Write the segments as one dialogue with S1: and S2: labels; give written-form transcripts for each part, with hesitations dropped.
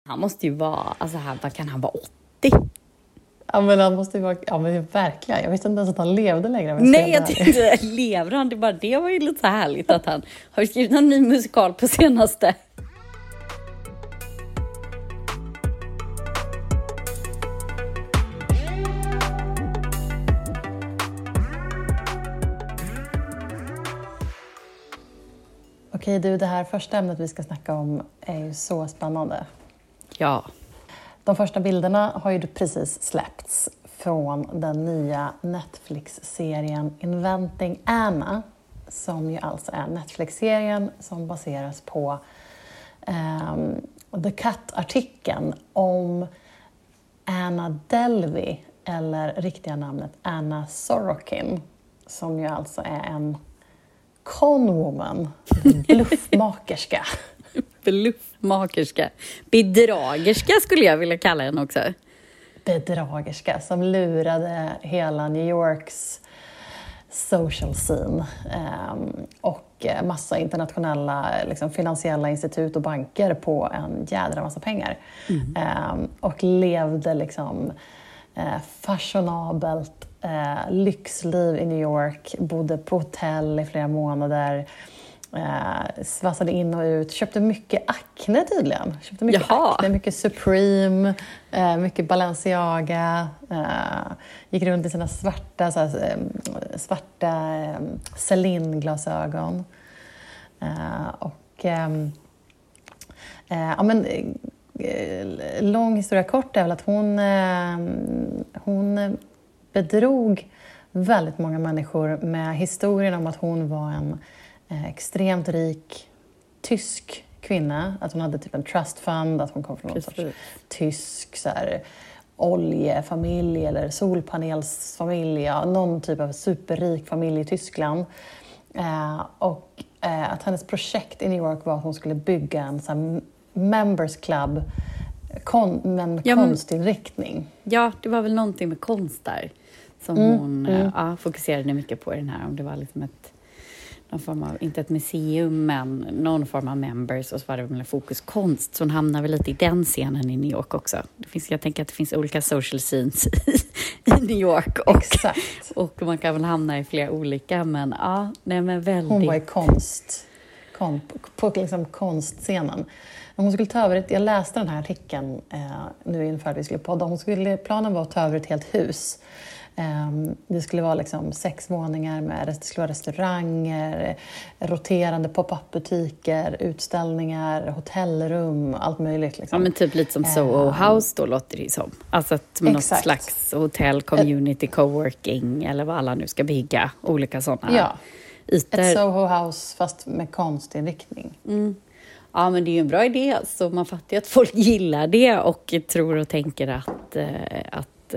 S1: Han måste ju vara, alltså vad kan han vara, 80?
S2: Ja, men han måste ju vara, ja men verkligen. Jag visste inte ens att han levde längre.
S1: Nej, jag tänkte, lever han? Det var ju lite så härligt att han har skrivit en ny musikal på senaste.
S2: Okej du, det här första ämnet vi ska snacka om är ju så spännande.
S1: Ja.
S2: De första bilderna har ju precis släppts från den nya Netflix-serien Inventing Anna, som ju alltså är Netflix-serien som baseras på The Cut-artikeln om Anna Delvey, eller riktiga namnet Anna Sorokin, som ju alltså är en conwoman, bluffmakerska.
S1: Bluffmakerska. Bedragerska skulle jag vilja kalla henne också.
S2: Bedragerska som lurade hela New Yorks social scene och massa internationella liksom, finansiella institut och banker på en jädra massa pengar. Och levde liksom fashionabelt lyxliv i New York, bodde på hotell i flera månader, svassade in och ut, köpte mycket Acne tydligen. Köpte mycket Acne, mycket Supreme, mycket Balenciaga, gick runt i sina svarta Celine-glasögon. Lång historia kort är väl att hon bedrog väldigt många människor med historien om att hon var en extremt rik tysk kvinna. Att hon hade typ en trust fund, att hon kom från någon sorts tysk så här, oljefamilj eller solpanelsfamilj. Ja, någon typ av superrik familj i Tyskland. Och att hennes projekt i New York var att hon skulle bygga en så här, members club med konstinriktning.
S1: Ja, det var väl någonting med konst där som hon fokuserade mycket på i den här. Om det var liksom någon form av, inte ett museum, men någon form av members, och så var det väl fokus konst. Så hon hamnar väl lite i den scenen i New York också. Jag tänker att det finns olika social scenes i New York. Och man kan väl hamna i flera olika, men men väldigt...
S2: Hon var i på liksom konstscenen. Hon skulle ta över jag läste den här artikeln nu inför att vi skulle podda. Planen var att ta över ett helt hus. Det skulle vara liksom 6 våningar det skulle vara restauranger, roterande pop-up-butiker, utställningar, hotellrum, allt möjligt. Liksom.
S1: Ja, men typ lite som Soho House då låter det som. Alltså något slags hotell, community, coworking eller vad alla nu ska bygga. Olika sådana ytor.
S2: Ett Soho House fast med konstinriktning.
S1: Ja, men det är ju en bra idé. Så man fattar ju att folk gillar det och tror och tänker att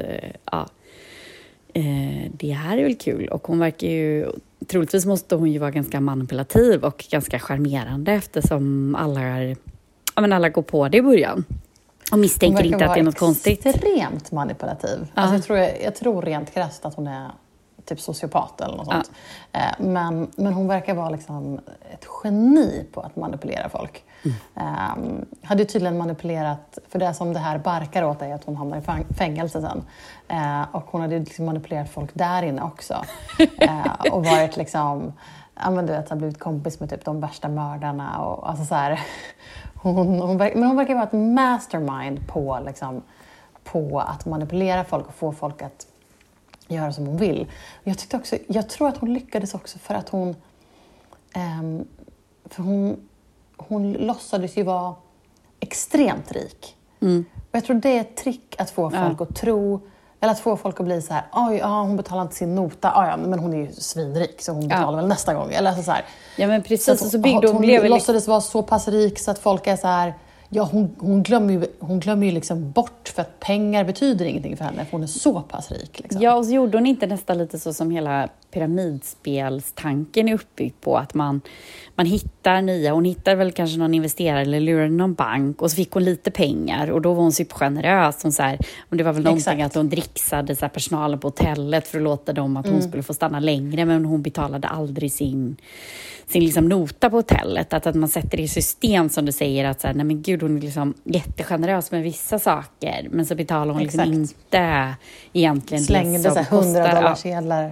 S1: det här är väl kul. Och hon verkar ju, troligtvis måste hon ju vara ganska manipulativ och ganska charmerande, eftersom alla går på det i början. Och misstänker inte att det är något konstigt.
S2: Extremt manipulativ. Alltså jag tror rent krasst att hon är typ sociopat eller något sånt. Men hon verkar vara liksom ett geni på att manipulera folk. Hade ju tydligen manipulerat, för det som det här barkar åt är att hon hamnar i fängelse sen. Och hon hade ju liksom manipulerat folk där inne också. Och varit liksom, du vet, har blivit kompis med typ de värsta mördarna. Och, alltså så här, hon verkar vara ett mastermind på att manipulera folk och få folk att göra som hon vill. Jag tror att hon lyckades också för att hon låtsades ju vara extremt rik. Och jag tror det är ett trick att få folk att tro, eller att få folk att bli så här: hon betalar inte sin nota, men hon är ju svinrik så hon betalar väl nästa gång, eller så här.
S1: Ja, men precis, så byggde
S2: hon låtsades vara så pass rik så att folk är så här. Ja, hon glömmer ju liksom bort, för att pengar betyder ingenting för henne, för hon är så pass rik. Liksom.
S1: Ja, och så gjorde hon inte nästan lite så som hela pyramidspelstanken är uppbyggd på att man hittar nya, hon hittar väl kanske någon investerare eller lurar någon bank och så fick hon lite pengar och då var hon supergenerös. Hon så här, och det var väl någonting att hon dricksade så här personalen på hotellet för att låta dem att hon skulle få stanna längre, men hon betalade aldrig sin liksom nota på hotellet. Att man sätter i system som du säger att så här, nej men gud, hon är liksom jättegenerös med vissa saker, men så betalar hon liksom inte egentligen
S2: slängde
S1: det som
S2: så $100-sedlar.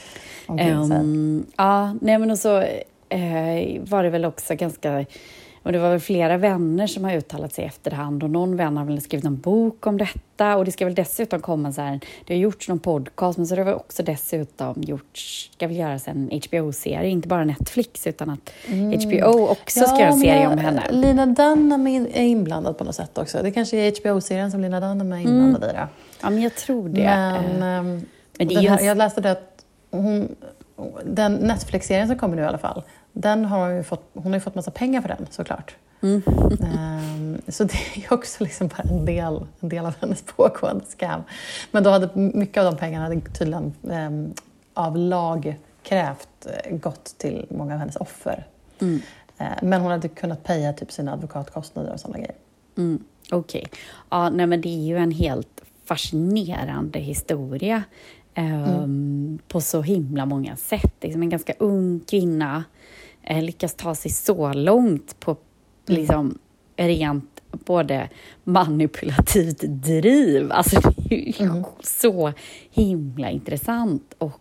S1: Ja, nej men och så var det väl också ganska, och det var väl flera vänner som har uttalat sig i efterhand och någon vän har väl skrivit en bok om detta och det ska väl dessutom komma så här, det har gjorts någon podcast men så det har också dessutom ska väl göras en HBO-serie, inte bara Netflix utan att HBO också ska göra en serie om henne.
S2: Lina Dunham är inblandad på något sätt också. Det kanske är HBO-serien som Lina Dunham är inblandad i det.
S1: Ja, men jag tror det.
S2: Men det här, jag läste det att den Netflix-serien som kommer nu i alla fall, hon har ju fått massa pengar för den, såklart. Så det är också liksom bara en del av hennes pågående scam. Men då hade mycket av de pengarna tydligen av lag krävt gått till många av hennes offer. Men hon hade kunnat paya typ sina advokatkostnader och sådana grejer.
S1: Okej. Ja, nej men det är ju en helt fascinerande historia. På så himla många sätt. Liksom en ganska ung kvinna lyckas ta sig så långt på liksom rent både manipulativt driv. Alltså det är ju så himla intressant och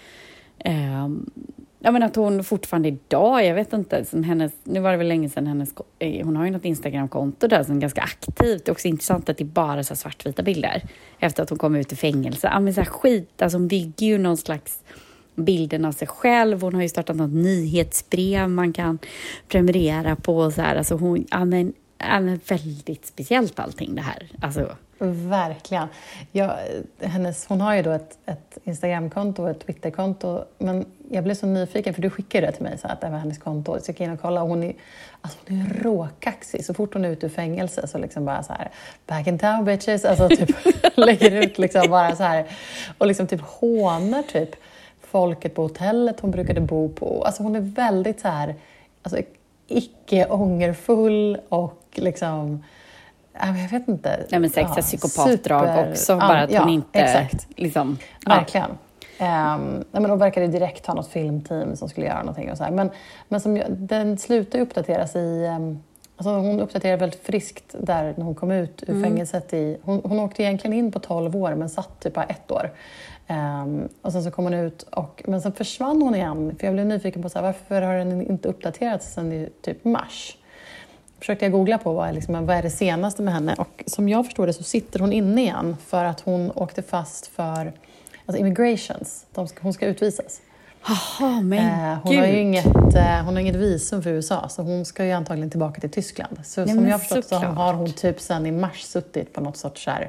S1: jag menar att hon fortfarande idag, jag vet inte, som nu var det väl länge sedan hon har ju något Instagram-konto där som är ganska aktivt. Det är också intressant att det är bara så svartvita bilder efter att hon kom ut i fängelse. Ja, men så här skit, alltså hon bygger ju någon slags bilden av sig själv. Hon har ju startat något nyhetsbrev man kan prenumerera på och så här. Alltså hon, men väldigt speciellt allting det här. Alltså
S2: verkligen. Hon har ju då ett Instagram-konto och ett Twitter-konto, men jag blev så nyfiken för du skickade det till mig så att det var hennes konto, så jag gick in och kollade och hon är råkaxig. Så fort hon är ute ur fängelse så liksom bara så här back in town bitches, alltså typ lägger ut liksom bara så här och liksom typ hånar typ folket på hotellet hon brukade bo på. Alltså hon är väldigt så här, alltså icke-ångerfull och liksom jag vet inte.
S1: Nej, men säkert psykopatdrag också. Bara att hon inte...
S2: Exakt.
S1: Liksom,
S2: verkligen. Men hon verkade direkt ha något filmteam som skulle göra någonting. Och så här. Men den slutade uppdateras i... Alltså hon uppdaterade väldigt friskt där när hon kom ut ur fängelset. Hon åkte egentligen in på 12 år men satt typ bara 1 år. Och sen så kom hon ut men sen försvann hon igen. För jag blev nyfiken på så här, varför har den inte uppdaterats sedan i typ mars? Försökte jag googla på vad är det senaste med henne. Och som jag förstår det så sitter hon inne igen för att hon åkte fast för immigrations. Hon ska utvisas.
S1: Jaha, men
S2: hon har inget visum för USA, så hon ska ju antagligen tillbaka till Tyskland. Så
S1: ja,
S2: som jag förstått så har hon typ sen i mars suttit på något sorts här,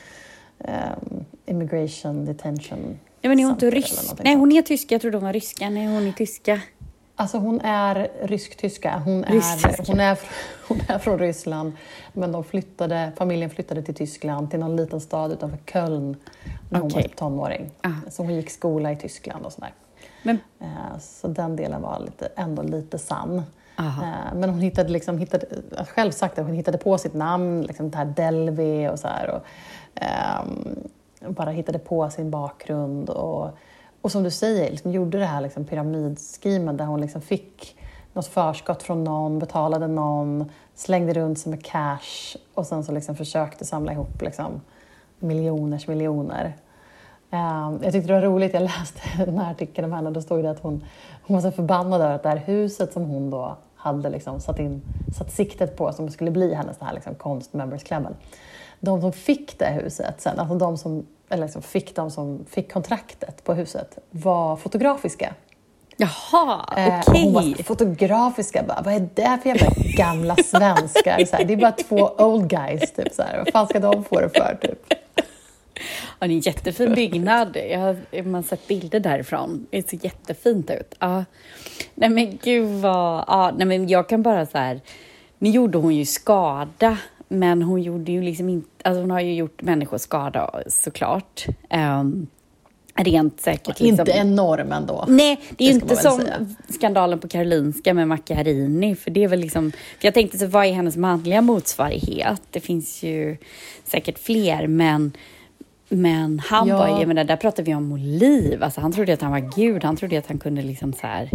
S2: immigration detention.
S1: Ja, men är hon inte rysk? Nej, hon är tyska. Jag trodde hon var ryska. Nej, hon är tyska.
S2: Alltså hon är rysk-tyska. Hon är från Ryssland. Men familjen flyttade till Tyskland, till någon liten stad utanför Köln när hon var tonåring. Så hon gick skola i Tyskland och sådär. Så den delen var ändå lite sann. Men hon hittade själv sagt att hon hittade på sitt namn, liksom det här Delvi och så här. Och bara hittade på sin bakgrund och som du säger, liksom gjorde det här liksom pyramidschemen där hon liksom fick något förskott från någon, betalade någon, slängde runt sig med cash och sen så liksom försökte samla ihop liksom miljoner. Jag tyckte det var roligt, jag läste den här artikeln om henne och då stod det att hon var så förbannad över att det här huset som hon då hade liksom satt siktet på som skulle bli hennes det här liksom konst-members-klubben. De som fick det huset sen, alltså de som fick kontraktet på huset var fotografiska.
S1: Jaha, okej.
S2: Hon var fotografiska, bara, vad är det för jävla gamla svenskar? Så här, det är bara 2 old guys, typ så här. Vad fan ska de få det för, typ?
S1: Ja, det är en jättefin byggnad. Man har sett bilder därifrån. Det ser jättefint ut. Ja. Nej men gud vad... Ja, nej men jag kan bara så här... Nu gjorde hon ju skada. Men hon gjorde ju liksom inte... Alltså hon har ju gjort människor skada såklart. rent säkert.
S2: Inte enorm ändå.
S1: Nej, det är ju inte som
S2: säga.
S1: skandalen på Karolinska med Macchiarini. För det är väl liksom... För jag tänkte så, vad är hennes manliga motsvarighet? Det finns ju säkert fler, men han var ju... Jag menar, där pratar vi om Oliv. Alltså, han trodde att han var Gud. Han trodde att han kunde liksom så här,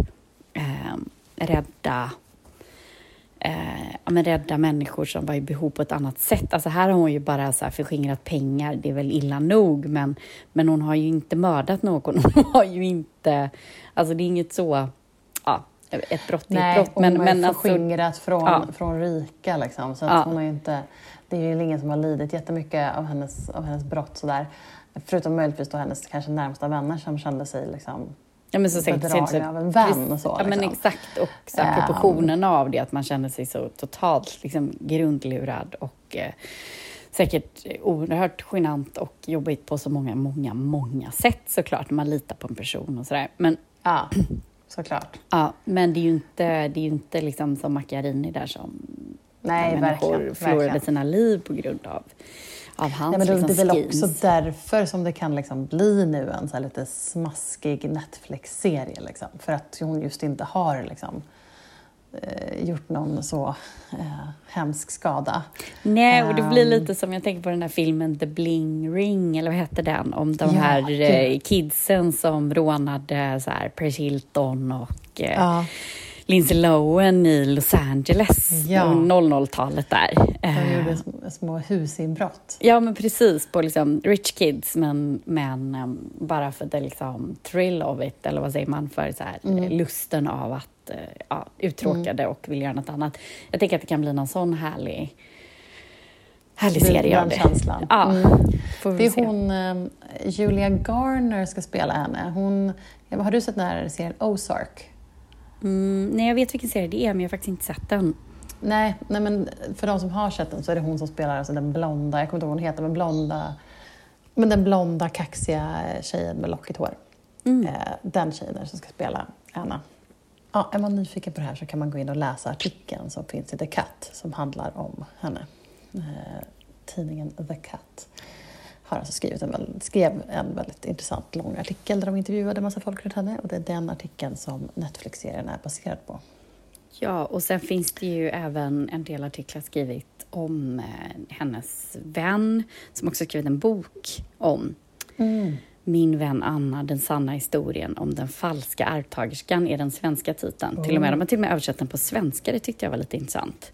S1: rädda människor som var i behov på ett annat sätt. Alltså här har hon ju bara så här förskingrat pengar. Det är väl illa nog, men hon har ju inte mördat någon. Hon har ju inte... Alltså det är inget så... Ja, ett brott är ett brott.
S2: Men har förskingrat från rika liksom. Så att hon har ju inte... Det är ju ingen som har lidit jättemycket av hennes brott sådär. Förutom möjligtvis då hennes kanske närmsta vänner som kände sig liksom...
S1: Ja, men så bedragna
S2: av en vän och så.
S1: Ja, men exakt. Och så proportionerna av det, att man känner sig så totalt liksom grundlurad och säkert oerhört genant och jobbigt på så många sätt såklart, när man litar på en person och sådär. Men,
S2: ja, såklart.
S1: Ja, men det är ju inte liksom som Macchiarini där som människor förlorade sina liv på grund av hans. Nej, men det är väl
S2: också därför som det kan liksom bli nu en så här lite smaskig Netflix-serie. Liksom. För att hon just inte har liksom, gjort någon så hemsk skada.
S1: Nej, och det blir lite som, jag tänker på den här filmen The Bling Ring, eller vad heter den? Om de här kidsen som rånade så här, Paris Hilton och... Lindsay Lohan i Los Angeles, 00-talet där.
S2: De gjorde små husinbrott.
S1: Ja, men precis, på liksom rich kids, men bara för det liksom thrill of it, eller vad säger man, för så här, lusten av att uttråkade och vill göra något annat. Jag tänker att det kan bli någon sån härlig serie av det.
S2: Känslan.
S1: Ja,
S2: det är hon, Julia Garner ska spela henne. Har du sett den här serien Ozark?
S1: Nej, jag vet vilken serie det är, men jag har faktiskt inte sett den.
S2: Nej, men för de som har sett den så är det hon som spelar alltså den blonda, jag kommer inte ihåg vad hon heter, men den blonda, kaxiga tjejen med lockigt hår. Den tjejen som ska spela Anna. Ja, är man nyfiken på det här så kan man gå in och läsa artikeln som finns i The Cut som handlar om henne. Tidningen The Cut har alltså skrev en väldigt intressant lång artikel där de intervjuade en massa folk runt henne. Och det är den artikeln som Netflix-serien är baserad på.
S1: Ja, och sen finns det ju även en del artiklar skrivit om hennes vän som också skrivit en bok om Min vän Anna, den sanna historien om den falska arvtagerskan är den svenska titeln. De har till och med översatt den på svenska, det tyckte jag var lite intressant.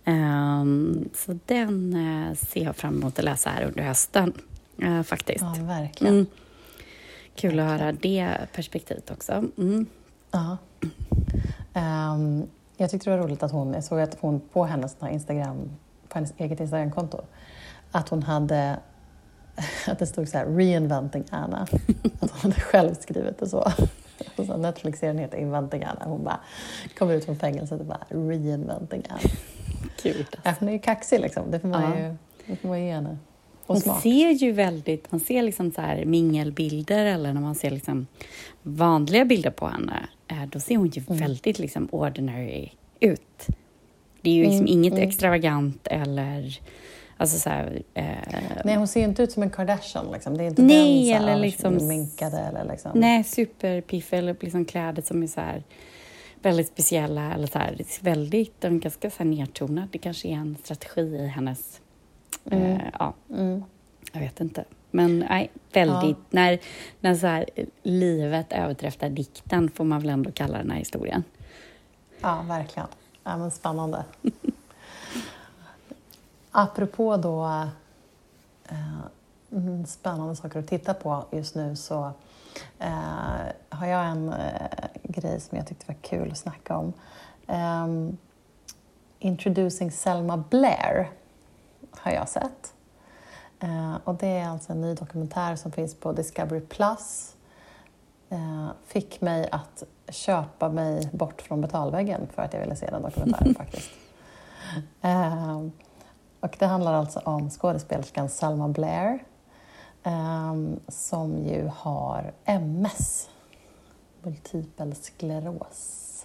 S1: Så den ser jag fram emot att läsa här under hösten. Faktiskt.
S2: Ja, verkligen.
S1: Kul att höra det perspektivet också.
S2: Ja. Jag tyckte det var roligt att jag såg att hon på hennes eget Instagramkonto, att hon hade, att det stod så här, reinventing Anna. Att hon hade själv skrivit det så. Och så Netflix-serien heter Inventing Anna. Hon bara kommer ut från fängelset och bara reinventing Anna.
S1: Kul.
S2: Hon är ju kaxig liksom. Det får man ge henne.
S1: Hon ser ju man ser liksom så här mingelbilder, eller när man ser liksom vanliga bilder på henne, då ser hon ju väldigt liksom ordinary ut. Det är ju liksom inget extravagant eller alltså så här,
S2: nej, hon ser inte ut som en Kardashian liksom. Det är inte
S1: nej,
S2: den så här,
S1: eller liksom
S2: minkade eller liksom.
S1: Nej, superpiff eller liksom kläder som är så här väldigt speciella eller så här, väldigt ganska så här nedtonad. Det kanske är en strategi i hennes jag vet inte. Men nej, väldigt när så här, livet överträffar dikten, får man väl ändå kalla den här historien.
S2: Ja, verkligen. Ja, men spännande. Apropå då spännande saker att titta på just nu, så har jag en grej som jag tyckte var kul att snacka om. Introducing Selma Blair har jag sett. Och det är alltså en ny dokumentär som finns på Discovery Plus. Fick mig att köpa mig bort från betalväggen för att jag ville se den dokumentären faktiskt. Och det handlar alltså om skådespelerskan Selma Blair, som ju har MS, multipel skleros.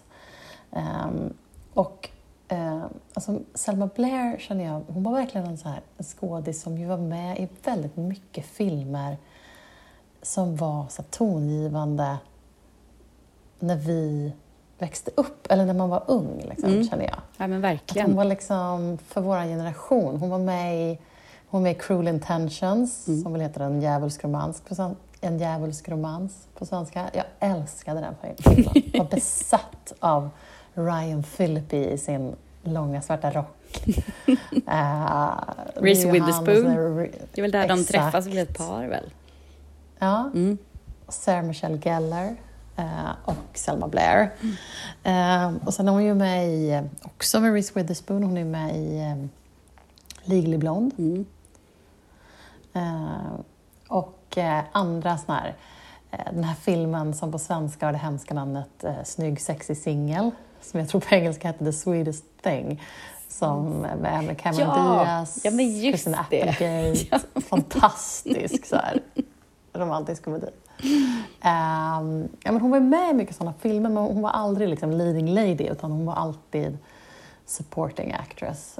S2: Och alltså Selma Blair känner jag, hon var verkligen en skådis som ju var med i väldigt mycket filmer som var så tongivande när vi växte upp, eller när man var ung, liksom, känner jag.
S1: Ja, men verkligen.
S2: Att hon var liksom för vår generation. Hon var med i Cruel Intentions, som väl heter en djävulsk romans på svenska. Jag älskade den filmen. Jag var besatt av Ryan Phillippe i sin långa svarta rock.
S1: Reese Witherspoon. Det är väl där de träffas och blir ett par, väl?
S2: Ja. Sarah Michelle Gellar och Selma Blair. Och sen är hon ju med också med Reese Witherspoon. Hon är med i Legally Blonde. Och andra såna här, den här filmen som på svenska har det hemska namnet Snygg sexy singel, som jag tror på engelska heter The Sweetest Thing, som med Cameron Diaz, Christina Applegate, fantastisk så här romantisk komedi. Men hon var med i mycket sådana filmer, men hon var aldrig liksom leading lady, utan hon var alltid supporting actress.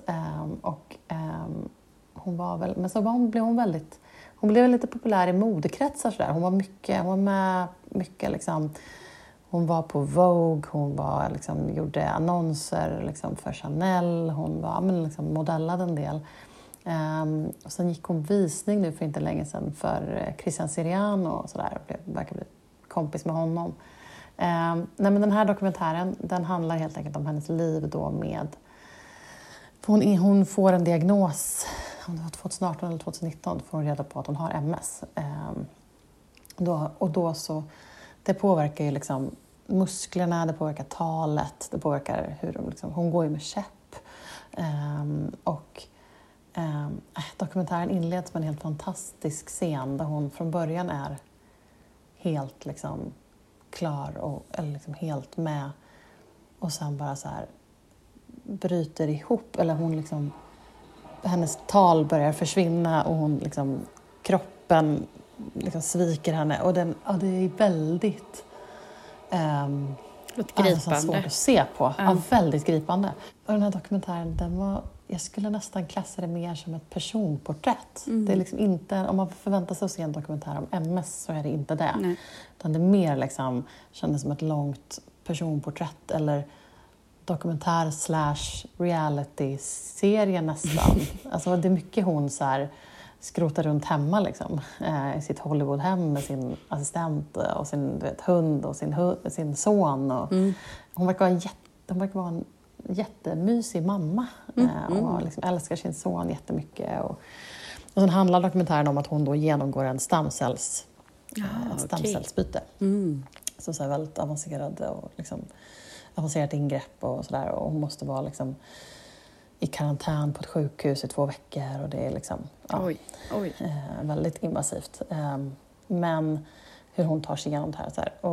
S2: Hon var väl, men så blev hon blev lite populär i modekretsar så där. Hon var med mycket liksom. Hon var på Vogue, hon var liksom, gjorde annonser liksom för Chanel, hon var liksom modellade en del. Och sen gick hon visning nu för inte länge sedan för Christian Siriano och sådär, och verkar bli kompis med honom. Nej, men den här dokumentären, den handlar helt enkelt om hennes liv då med... Hon får en diagnos, om det var 2018 eller 2019, får hon reda på att hon har MS. Då så, det påverkar ju liksom musklerna, det påverkar talet, det påverkar hur hon går ju med käpp. Dokumentären inleds med en helt fantastisk scen där hon från början är helt liksom klar och eller liksom helt med, och sen bara så här bryter ihop, eller hon liksom, hennes tal börjar försvinna och hon liksom, kroppen liksom sviker henne, och det är väldigt
S1: gripande.
S2: Svårt att se på. Väldigt gripande. Och den här dokumentären, jag skulle nästan klassa det mer som ett personporträtt. Det är liksom inte, om man förväntar sig att se en dokumentär om MS så är det inte det.
S1: Nej.
S2: Utan det är mer liksom, kändes som ett långt personporträtt eller dokumentär / reality-serie nästan. Alltså det är mycket hon så här skrotar runt hemma liksom, i sitt Hollywoodhem med sin assistent och sin hund och sin son. Och hon verkar vara en jättemysig mamma och liksom älskar sin son jättemycket. Och sen handlar dokumentären om att hon då genomgår en stamcellsbyte. Så är väldigt avancerad och liksom avancerat ingrepp och sådär, och hon måste vara liksom i karantän på ett sjukhus i 2 veckor, och det är liksom väldigt invasivt. Men hur hon tar sig igenom det här så här.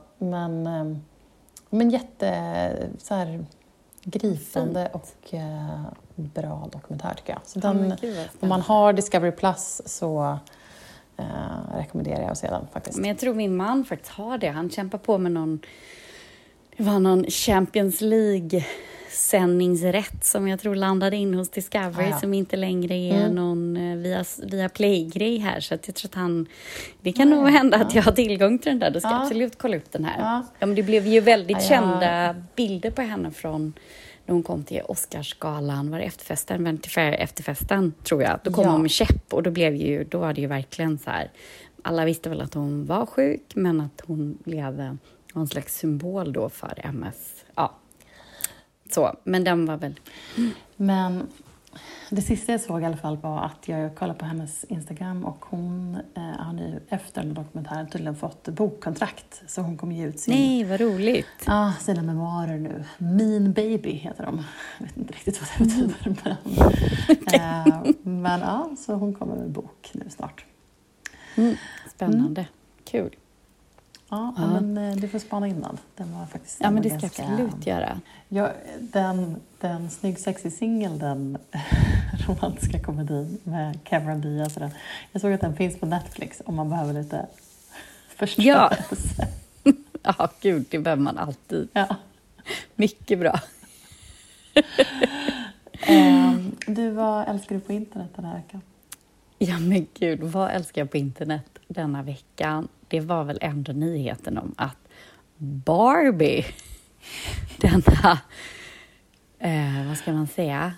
S2: Men jätte så här gripande och bra dokumentär tycker jag. Så om man har Discovery Plus så rekommenderar jag att se den faktiskt.
S1: Men jag tror min man faktiskt har det. Han kämpar på med någon Champions League-sändningsrätt som jag tror landade in hos Discovery, som inte längre är någon via Play-grej här. Så att jag tror att det kan nog hända att jag har tillgång till den där. Då ska jag absolut kolla upp den här. Ja, men det blev ju väldigt kända bilder på henne från när hon kom till Oscarsgalan, var det efterfesten tror jag. Då kom hon med käpp, och då var det ju verkligen så här. Alla visste väl att hon var sjuk, men att hon blev någon slags symbol då för MS. Ja. Så, men den var väl...
S2: Men det sista jag såg i alla fall var att jag kollade på hennes Instagram, och hon har nu efter den dokumentären tydligen fått bokkontrakt. Så hon kommer ge ut
S1: vad roligt.
S2: Sina memoarer nu. Mean Baby heter de. Jag vet inte riktigt vad det betyder. Men så hon kommer med en bok nu snart.
S1: Spännande. Kul.
S2: Ja, men du får spana innan. Den var faktiskt...
S1: Ja, men det ska jag absolut göra.
S2: Ja, den snygg sexy singel, den romantiska komedin med Cameron Diaz. Jag såg att den finns på Netflix om man behöver lite förståelse.
S1: Ja, gud, det behöver man alltid.
S2: Ja.
S1: Mycket bra.
S2: Vad älskar du på internet den här veckan?
S1: Ja men gud, vad älskar jag på internet denna veckan? Det var väl ändå nyheten om att Barbie, denna, vad ska man säga?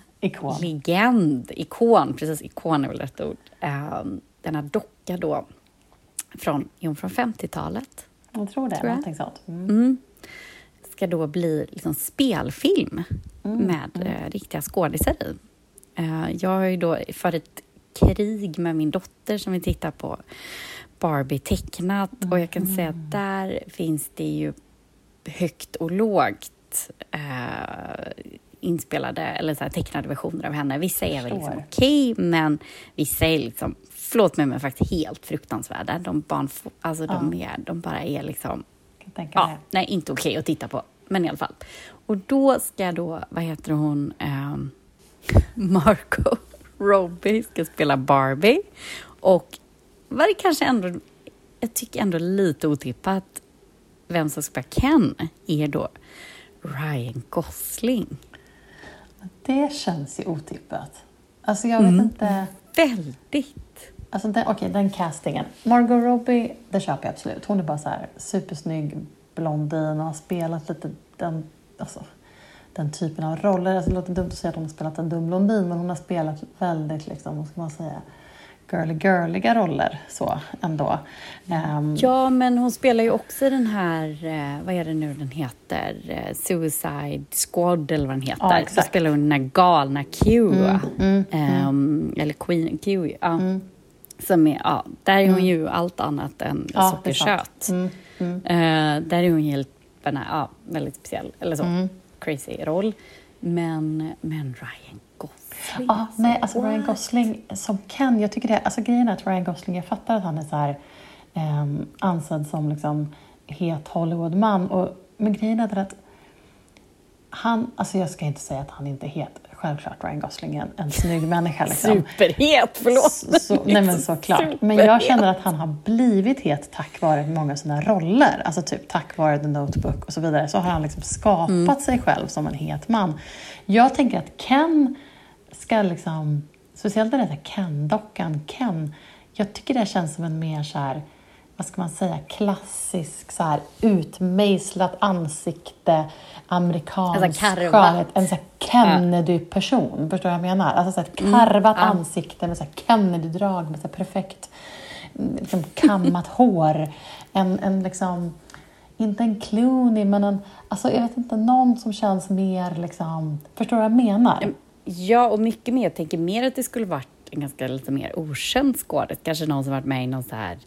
S1: Ikon, precis, ikon är väl rätt ord. Denna docka då från 50-talet.
S2: Jag tror det, någonting sånt.
S1: Ska då bli liksom spelfilm med riktiga skådisar i. Jag har ju då för ett krig med min dotter som vi tittar på Barbie tecknat och jag kan säga att där finns det ju högt och lågt inspelade eller så här tecknade versioner av henne. Vissa är väl liksom okej, men vissa är liksom, förlåt mig, men faktiskt helt fruktansvärda. De bara är liksom nej, inte okej att titta på, men i alla fall. Och då ska vad heter hon, Margot Robbie ska spela Barbie. Och var det kanske ändå, jag tycker ändå lite otippat, vem som ska spela Ken är då Ryan Gosling.
S2: Det känns ju otippat. Alltså jag vet inte.
S1: Väldigt.
S2: Alltså den castingen. Margot Robbie, det köper jag absolut. Hon är bara så här supersnygg blondin och har spelat lite den typen av roller. Alltså det låter dumt att säga att hon har spelat en dum blondin, men hon har spelat väldigt liksom, vad ska man säga, girliga roller så ändå.
S1: Ja, men hon spelar ju också den här, vad är det nu den heter? Suicide Squad eller vad den heter. Ja, så spelar hon den här galna Q. Eller Queen Q. Ja. Som är, där är hon ju allt annat än sockerkött. Där är hon helt väldigt speciell. Eller så, crazy roll. Men Ryan Gosling.
S2: Ryan Gosling som Ken, jag tycker det, alltså grejen är att Ryan Gosling, jag fattar att han är så här ansedd som liksom het Hollywoodman, men grejen är att han, alltså jag ska inte säga att han inte är het, självklart Ryan Gosling är en snygg människa liksom.
S1: Superhet, förlåt.
S2: Nej men såklart. Men jag känner att han har blivit het tack vare många av sina roller. Alltså typ tack vare The Notebook och så vidare. Så har han liksom skapat sig själv som en het man. Jag tänker att Ken ska liksom, speciellt den där Ken-dockan, Ken, jag tycker det känns som en mer så här, vad ska man säga, klassisk så här utmejslat ansikte, amerikansk skönhet, en så här Kennedy-person, förstår du vad jag menar? Alltså så här ett karvat ansikte med så här Kennedy-drag, med så här perfekt liksom kammat hår, en liksom, inte en Clooney, men alltså jag vet inte, någon som känns mer liksom, förstår du vad jag menar?
S1: Ja, och mycket mer. Jag tänker mer att det skulle varit en ganska lite mer okänd skådis. Kanske någon som varit med i någon så här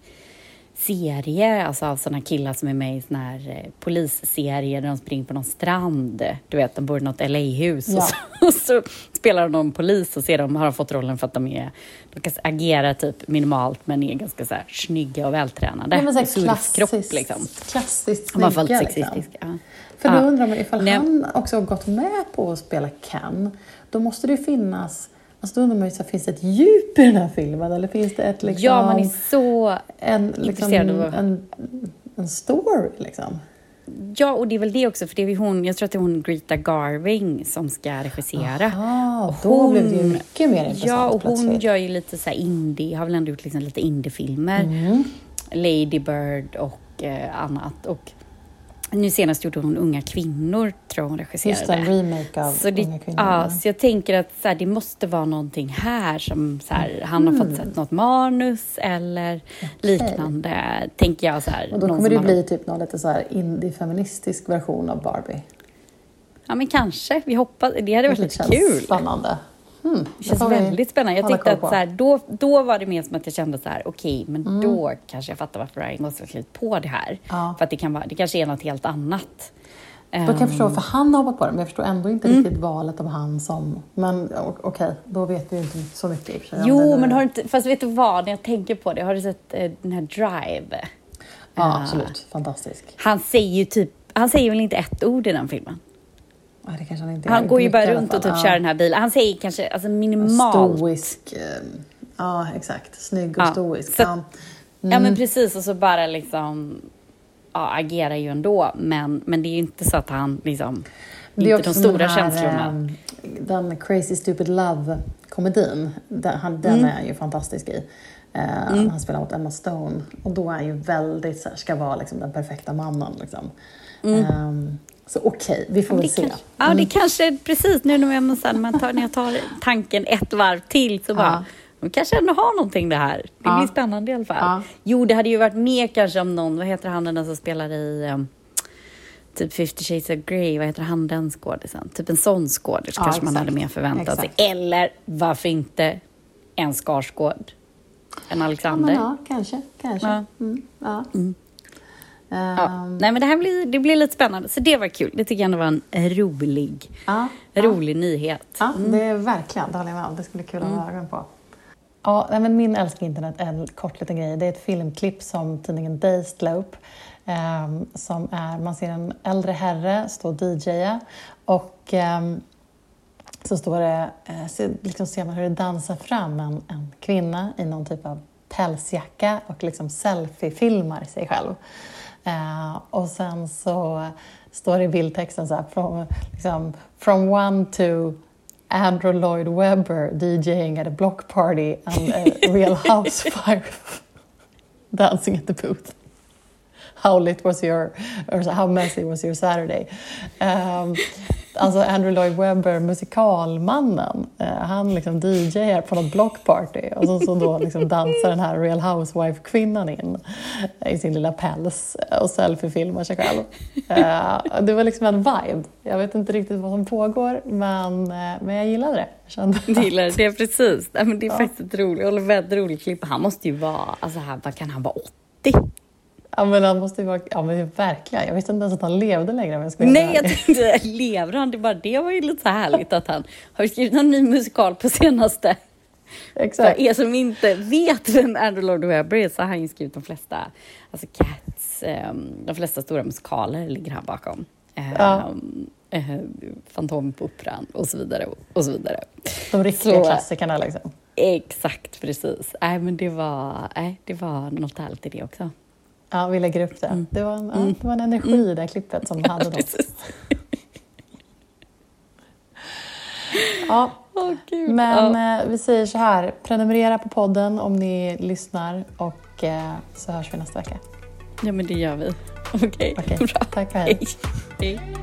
S1: serie, alltså av sådana killar som är med i såna här polisserier där de springer på någon strand. Du vet, de bor i något LA-hus och så spelar de någon polis och ser har de fått rollen för att de kan agera typ minimalt men är ganska så här snygga och vältränade.
S2: Ja, men så
S1: klassiskt, liksom.
S2: Klassiskt snygga. Liksom. För då undrar man ifall han också har gått med på att spela Ken, då måste det ju finnas, alltså då undrar man ju så, finns det ett djup i den här filmen eller finns det ett liksom,
S1: man är så
S2: intresserad av en story liksom.
S1: Ja, och det är väl det också, för det är hon, jag tror att det är hon Greta Garvin som ska regissera.
S2: Och då blev det ju mycket mer intressant.
S1: Ja, och hon
S2: plötsligt
S1: gör ju lite så här indie, har väl ändå gjort liksom lite indiefilmer. Lady Bird och annat. Och nu senast gjorde hon Unga kvinnor, tror hon regisserade.
S2: Just en remake av Unga kvinnor.
S1: Ja, så jag tänker att så här, det måste vara någonting här som så här, han har fått sett något manus eller liknande, tänker jag så här.
S2: Och då kommer det bli typ någon lite så här indie-feministisk version av Barbie.
S1: Ja, men kanske. Vi hoppas. Det hade varit lite kul.
S2: Spännande.
S1: Det känns väldigt spännande. Jag tyckte att så här, då var det mer som att jag kände så här, okej, men då kanske jag fattar varför Ryan måste ha klivit på det här. För att det kanske är något helt annat.
S2: Då kan jag förstå, för han har hoppat på det, men jag förstår ändå inte riktigt valet av han som, men okej, då vet vi inte så mycket i och för sig.
S1: Jo, men har du inte, fast vet du vad, när jag tänker på det, har du sett den här Drive?
S2: Ja, absolut. Fantastisk.
S1: Han säger väl inte ett ord i den filmen?
S2: Ja, det kanske han inte
S1: han går ju bara runt och typ kör den här bilen. Han säger kanske alltså minimalt.
S2: Stoisk. Ja, exakt. Snygg och stoisk.
S1: Så, ja, men precis. Och så bara liksom agerar ju ändå. Men det är ju inte så att han liksom,
S2: det är
S1: inte de stora känslorna.
S2: den Crazy Stupid Love-komedin, den är ju fantastisk i. Han spelar mot Emma Stone. Och då är han ju väldigt så här, ska vara liksom den perfekta mannen. Liksom. Så okej, vi får väl se.
S1: Ja, det kanske precis nu när jag tar tanken ett varv till så bara... De kanske ändå har någonting det här. Det blir spännande i alla fall. Jo, det hade ju varit mer kanske om någon... Vad heter han den som spelar i... typ 50 Shades of Grey, vad heter han den skådisen? Typ en sån skådis kanske exakt. Man hade mer förväntat sig. Eller varför inte en Skarsgård? En Alexander?
S2: Ja, kanske. Ja.
S1: Nej, men det blir lite spännande. Så det var kul. Det tycker jag ändå var en rolig nyhet.
S2: Ja, det är verkligen. Det håller jag med om. Det skulle bli kul att ha ögon på. Ja, men min älskar internet är en kort liten grej. Det är ett filmklipp som tidningen Dayslope som är, man ser en äldre herre stå och DJa och så står det, liksom ser man hur det dansar fram en kvinna i någon typ av pälsjacka och liksom selfie-filmar sig själv. Och sen så står det i bildtexten så här, from one to Andrew Lloyd Webber DJing at a block party and a real housewife dancing at the booth. How messy was your Saturday? Alltså Andrew Lloyd Webber, musikalmannen, han liksom DJar på något blockparty och så då liksom dansar den här Real Housewife-kvinnan in i sin lilla päls och selfie-filmar sig själv. Det var liksom en vibe. Jag vet inte riktigt vad som pågår, men jag gillade det.
S1: Jag gillar det, precis. Men det är faktiskt ett väldigt roligt klipp. Han måste ju vara, alltså vad kan han vara, 80?
S2: Ja, men han måste ju vara... Ja, men verkligen. Jag visste inte ens att han levde längre.
S1: Jag tänkte, lever han? Det var ju lite så härligt att han har skrivit en ny musikal på senaste.
S2: Exakt.
S1: För er som inte vet vem Andrew Lloyd Webber är så har han ju skrivit de flesta, alltså Cats, de flesta stora musikaler ligger han bakom. Fantomen på Operan och så vidare och så vidare.
S2: De riktiga klassikerna liksom.
S1: Exakt, precis. Men det var något härligt i det också.
S2: Ja, vi lägger upp det. Det var en energi i det här klippet som hade dem. Ja, men vi säger så här. Prenumerera på podden om ni lyssnar och så hörs vi nästa vecka.
S1: Ja, men det gör vi. Okej.
S2: Bra. Tack och hej.
S1: Hej.